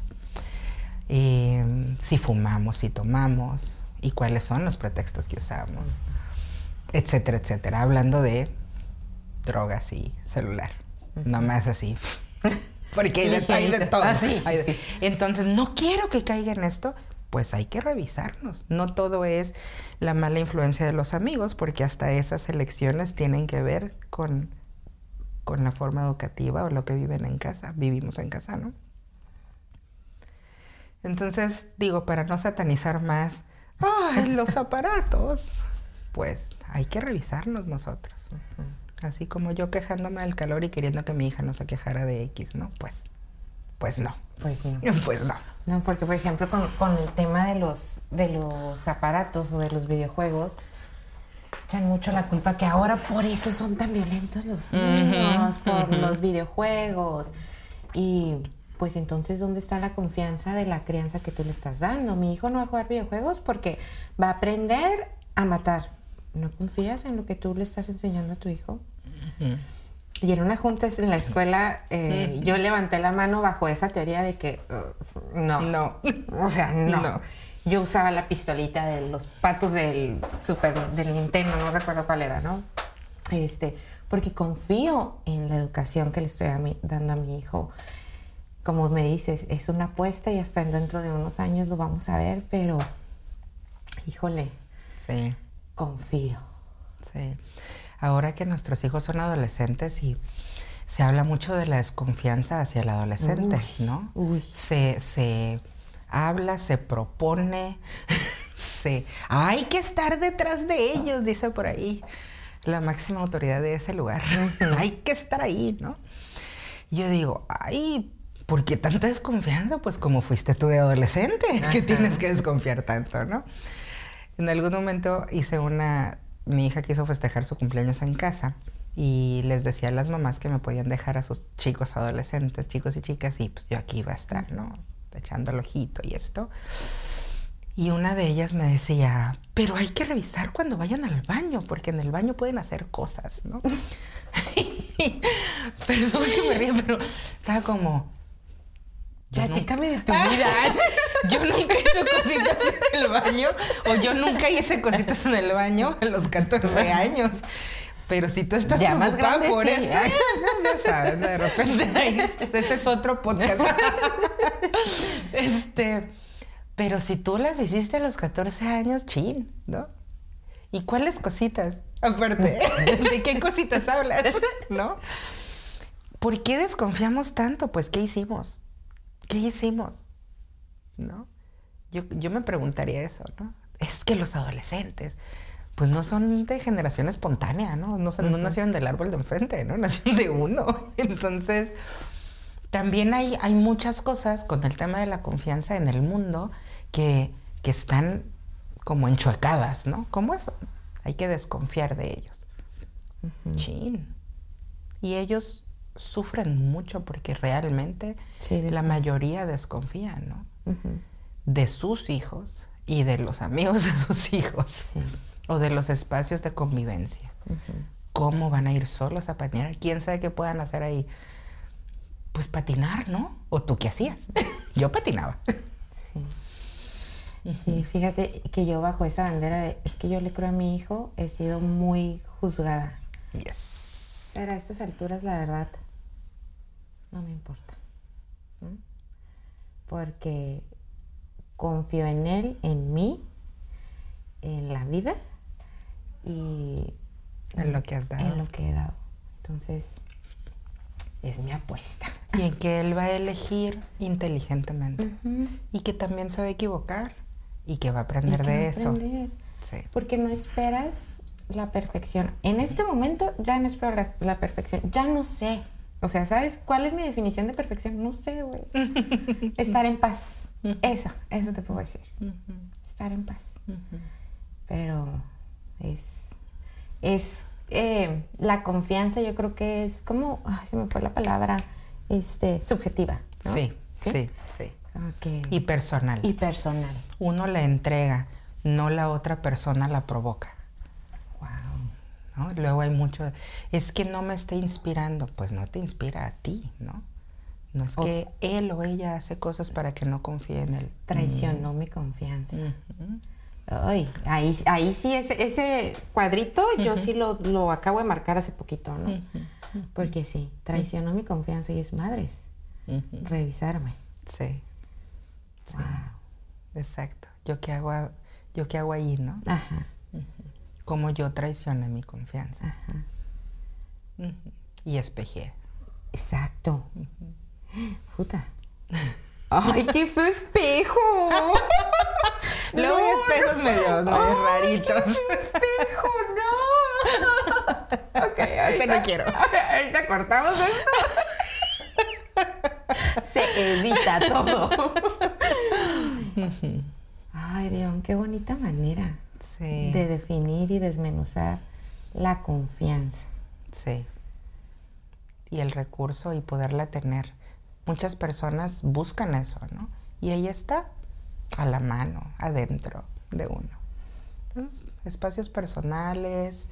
si fumamos, si tomamos y cuáles son los pretextos que usamos, etcétera, etcétera. Hablando de drogas y celular, nomás así, porque hay de todo. Sí. Entonces, no quiero que caiga en esto. Pues hay que revisarnos. No todo es la mala influencia de los amigos, porque hasta esas elecciones tienen que ver con la forma educativa o lo que vivimos en casa, ¿no? Entonces, digo, para no satanizar más, los aparatos, pues hay que revisarnos nosotros. Así como yo quejándome del calor y queriendo que mi hija no se quejara de X, ¿no? Pues no. Pues no. Pues no. No, porque por ejemplo con el tema de los aparatos o de los videojuegos, echan mucho la culpa que ahora por eso son tan violentos los niños, por los videojuegos. Y pues entonces, ¿dónde está la confianza de la crianza que tú le estás dando? Mi hijo no va a jugar videojuegos porque va a aprender a matar. ¿No confías en lo que tú le estás enseñando a tu hijo? Y en una junta en la escuela, yo levanté la mano bajo esa teoría de que no. O sea, no. Yo usaba la pistolita de los patos del Nintendo, no recuerdo cuál era, ¿no? Porque confío en la educación que le estoy dando a mi hijo. Como me dices, es una apuesta y hasta dentro de unos años lo vamos a ver, pero, híjole, sí, confío. Sí. Ahora que nuestros hijos son adolescentes y se habla mucho de la desconfianza hacia el adolescente, ¿no? Se habla, se propone, hay que estar detrás de ellos, dice por ahí la máxima autoridad de ese lugar. Hay que estar ahí, ¿no? Yo digo, ¿por qué tanta desconfianza? Pues como fuiste tú de adolescente, que tienes que desconfiar tanto, ¿no? En algún momento mi hija quiso festejar su cumpleaños en casa y les decía a las mamás que me podían dejar a sus chicos adolescentes, chicos y chicas, y pues yo aquí iba a estar, ¿no? Echando el ojito y esto. Y una de ellas me decía, pero hay que revisar cuando vayan al baño, porque en el baño pueden hacer cosas, ¿no? Perdón que me ría, pero estaba como... Platícame de tu vida. Yo nunca he hecho cositas en el baño, o yo nunca hice cositas en el baño a los 14 años. Pero si tú estás ya más grande por sí, esto, ya sabes, de repente ese es otro podcast. Pero si tú las hiciste a los 14 años, chin, ¿no? ¿Y cuáles cositas? Aparte, ¿de qué cositas hablas? ¿No? ¿Por qué desconfiamos tanto? Pues, ¿qué hicimos? ¿Qué hicimos? ¿No? Yo me preguntaría eso, ¿no? Es que los adolescentes, pues no son de generación espontánea, ¿no? No nacieron del árbol de enfrente, ¿no? Nacieron de uno. Entonces, también hay muchas cosas con el tema de la confianza en el mundo que están como enchuecadas, ¿no? Como eso. Hay que desconfiar de ellos. Chin. Y ellos sufren mucho porque realmente la mayoría desconfían, ¿no? De sus hijos y de los amigos de sus hijos. Sí. O de los espacios de convivencia. ¿Cómo van a ir solos a patinar? ¿Quién sabe qué puedan hacer ahí? Pues patinar, ¿no? ¿O tú qué hacías? Yo patinaba. Sí. Sí, fíjate que yo bajo esa bandera de, es que yo le creo a mi hijo, he sido muy juzgada. Yes. Pero a estas alturas, la verdad, no me importa. ¿No? Porque confío en él, en mí, en la vida y en lo que has dado. En lo que he dado. Entonces, es mi apuesta. Y en que él va a elegir inteligentemente. Y que también se va a equivocar. Y que va a aprender de eso. Sí. Porque no esperas la perfección. En este momento ya no espero la perfección. Ya no sé. O sea, ¿sabes cuál es mi definición de perfección? No sé, güey. Estar en paz. Eso te puedo decir. Estar en paz. Pero es la confianza, yo creo que es como, se me fue la palabra, subjetiva, ¿no? Sí. Okay. Y personal. Uno la entrega, no la otra persona la provoca. Wow. ¿No? Luego hay mucho, es que no me está inspirando, pues no te inspira a ti, ¿no? No es que él o ella hace cosas para que no confíe en él. Traicionó mi confianza. Ay, ahí sí, ese cuadrito yo sí lo acabo de marcar hace poquito, ¿no? Porque sí, traicionó mi confianza y es madres. Revisarme. Sí. Wow. Exacto. ¿Yo qué hago ahí, no? Ajá. Cómo yo traicioné mi confianza. Ajá. Y espejé. Exacto. Puta. ¡Ay, qué feo espejo! Luego hay espejos medio raritos. ¡Qué feo espejo! ¡No! Ok, ahorita no quiero. Ahorita cortamos esto. Se evita todo. Ay, Dios, qué bonita manera de definir y desmenuzar la confianza. Sí. Y el recurso y poderla tener. Muchas personas buscan eso, ¿no? Y ahí está, a la mano, adentro de uno. Entonces, espacios personales,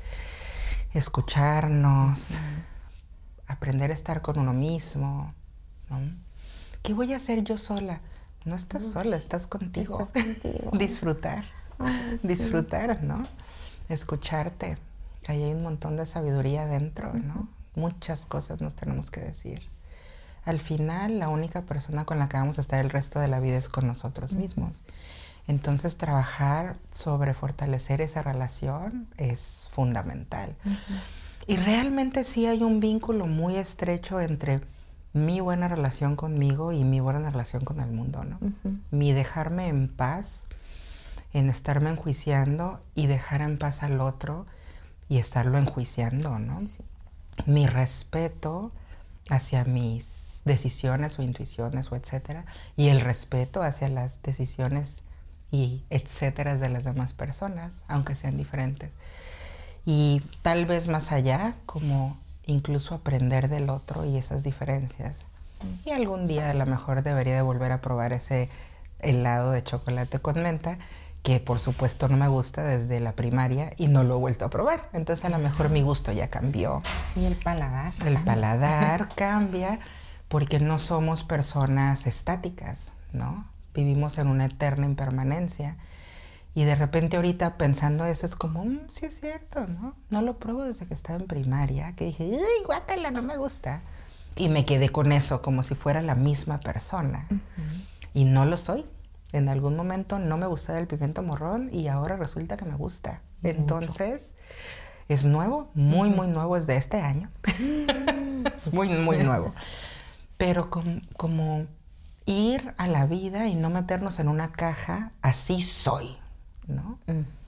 escucharnos, aprender a estar con uno mismo, ¿no? ¿Qué voy a hacer yo sola? No estás sola, estás contigo. Estás contigo. Disfrutar. Ay, disfrutar, ¿no? Escucharte. Ahí hay un montón de sabiduría adentro, ¿no? Muchas cosas nos tenemos que decir. Al final, la única persona con la que vamos a estar el resto de la vida es con nosotros mismos. Entonces, trabajar sobre fortalecer esa relación es fundamental. Y realmente sí hay un vínculo muy estrecho entre mi buena relación conmigo y mi buena relación con el mundo, ¿no? Mi dejarme en paz, en estarme enjuiciando y dejar en paz al otro y estarlo enjuiciando, ¿no? Sí. Mi respeto hacia mis decisiones o intuiciones o etcétera, y el respeto hacia las decisiones y etcétera de las demás personas, aunque sean diferentes. Y tal vez más allá, como incluso aprender del otro y esas diferencias. Y algún día a lo mejor debería de volver a probar ese helado de chocolate con menta, que por supuesto no me gusta desde la primaria y no lo he vuelto a probar. Entonces a lo mejor mi gusto ya cambió. Sí, el paladar. El paladar cambia porque no somos personas estáticas, ¿no? Vivimos en una eterna impermanencia. Y de repente ahorita pensando eso es como, sí es cierto, ¿no? No lo pruebo desde que estaba en primaria, que dije, ¡ay, guácala, no me gusta! Y me quedé con eso como si fuera la misma persona. Y no lo soy. En algún momento no me gustaba el pimiento morrón y ahora resulta que me gusta. Entonces, es nuevo, muy, muy nuevo, es de este año. Es muy, muy nuevo. Pero como ir a la vida y no meternos en una caja, así soy, ¿no?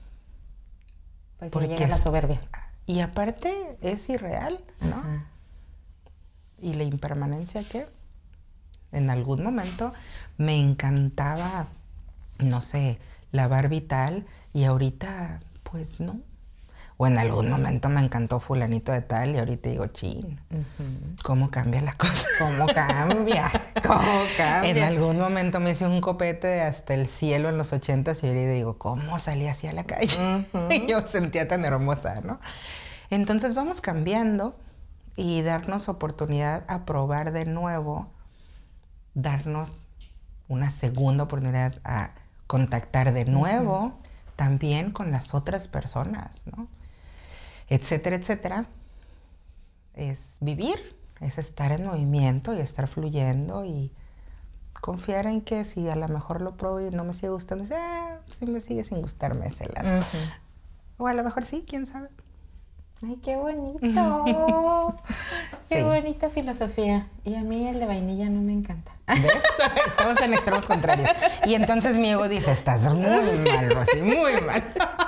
Porque llega la soberbia. Y aparte es irreal, ¿no? Ajá. ¿Y la impermanencia qué? En algún momento me encantaba, no sé, la Barbie tal, y ahorita, pues no. O en algún momento me encantó fulanito de tal y ahorita digo, chin, ¿cómo cambia la cosa? ¿Cómo cambia? ¿Cómo cambia? En algún momento me hice un copete de hasta el cielo en los 80s y ahorita digo, ¿cómo salí así a la calle? Y yo sentía tan hermosa, ¿no? Entonces vamos cambiando y darnos oportunidad a probar de nuevo, darnos una segunda oportunidad a contactar de nuevo también con las otras personas, ¿no? Etcétera, etcétera. Es vivir, es estar en movimiento y estar fluyendo y confiar en que si a lo mejor lo pruebo y no me sigue gustando, si me sigue sin gustarme ese lado. O a lo mejor sí, quién sabe. ¡Ay, qué bonito! ¡Qué bonita filosofía! Y a mí el de vainilla no me encanta. ¿Ves? Estamos en extremos contrarios. Y entonces mi ego dice, estás muy mal, Rosy, muy mal.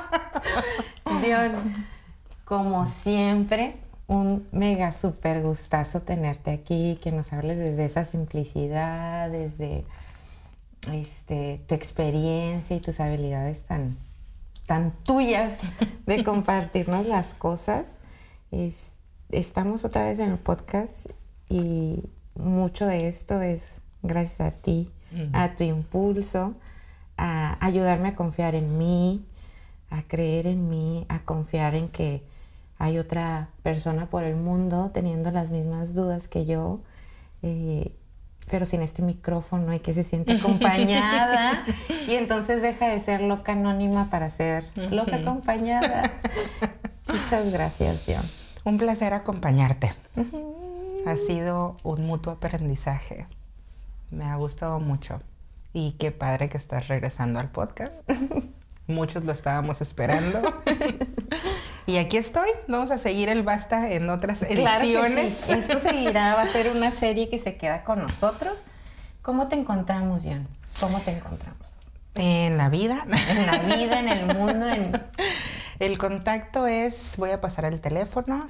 Dion, como siempre, un mega súper gustazo tenerte aquí, que nos hables desde esa simplicidad, desde tu experiencia y tus habilidades tan tuyas de compartirnos las cosas. Estamos otra vez en el podcast y mucho de esto es gracias a ti, a tu impulso, a ayudarme a confiar en mí, a creer en mí, a confiar en que hay otra persona por el mundo teniendo las mismas dudas que yo, pero sin este micrófono y que se siente acompañada y entonces deja de ser loca anónima para ser loca acompañada. Muchas gracias, Dion. Un placer acompañarte. Ha sido un mutuo aprendizaje. Me ha gustado mucho. Y qué padre que estás regresando al podcast. Muchos lo estábamos esperando. Y aquí estoy. Vamos a seguir el Basta en otras ediciones. Claro que sí. Esto seguirá. Va a ser una serie que se queda con nosotros. ¿Cómo te encontramos, Dion? ¿Cómo te encontramos? En la vida. En la vida, en el mundo. El contacto es, voy a pasar el teléfono,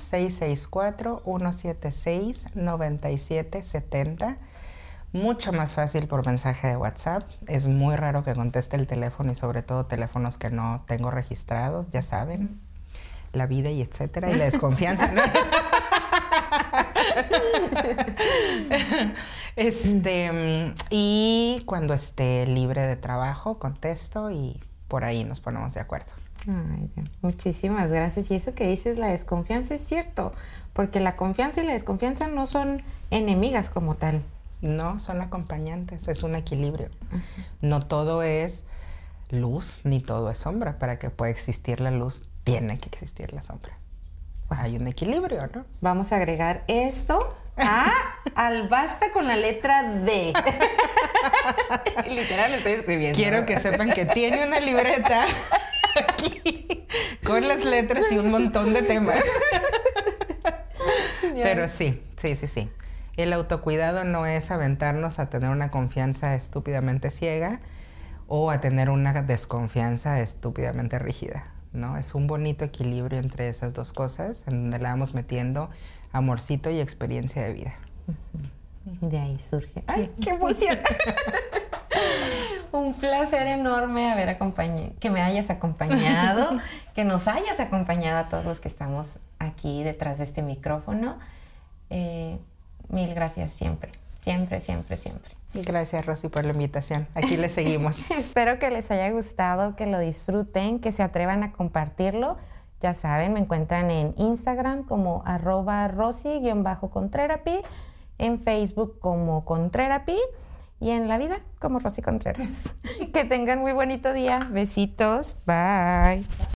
664-176-9770. Mucho más fácil por mensaje de WhatsApp. Es muy raro que conteste el teléfono y sobre todo teléfonos que no tengo registrados, ya saben. La vida y etcétera, y la desconfianza. Y cuando esté libre de trabajo, contesto y por ahí nos ponemos de acuerdo. Ay, muchísimas gracias. Y eso que dices, la desconfianza, es cierto, porque la confianza y la desconfianza no son enemigas como tal. No, son acompañantes, es un equilibrio. No todo es luz ni todo es sombra. Para que pueda existir la luz, tiene que existir la sombra. Hay un equilibrio, ¿no? Vamos a agregar esto al Basta con la letra D. Literal lo estoy escribiendo. Quiero que sepan que tiene una libreta aquí con las letras y un montón de temas. Pero sí. El autocuidado no es aventarnos a tener una confianza estúpidamente ciega o a tener una desconfianza estúpidamente rígida, ¿no? Es un bonito equilibrio entre esas dos cosas en donde le vamos metiendo amorcito y experiencia de vida. De ahí surge. ¡Ay, qué emoción! Un placer enorme que me hayas acompañado, que nos hayas acompañado a todos los que estamos aquí detrás de este micrófono. Mil gracias siempre. Gracias, Rosy, por la invitación. Aquí les seguimos. Espero que les haya gustado, que lo disfruten, que se atrevan a compartirlo. Ya saben, me encuentran en Instagram como @Rosy_Contrerapi, en Facebook como Contrerapi y en la vida como Rosy Contreras. Que tengan muy bonito día. Besitos. Bye.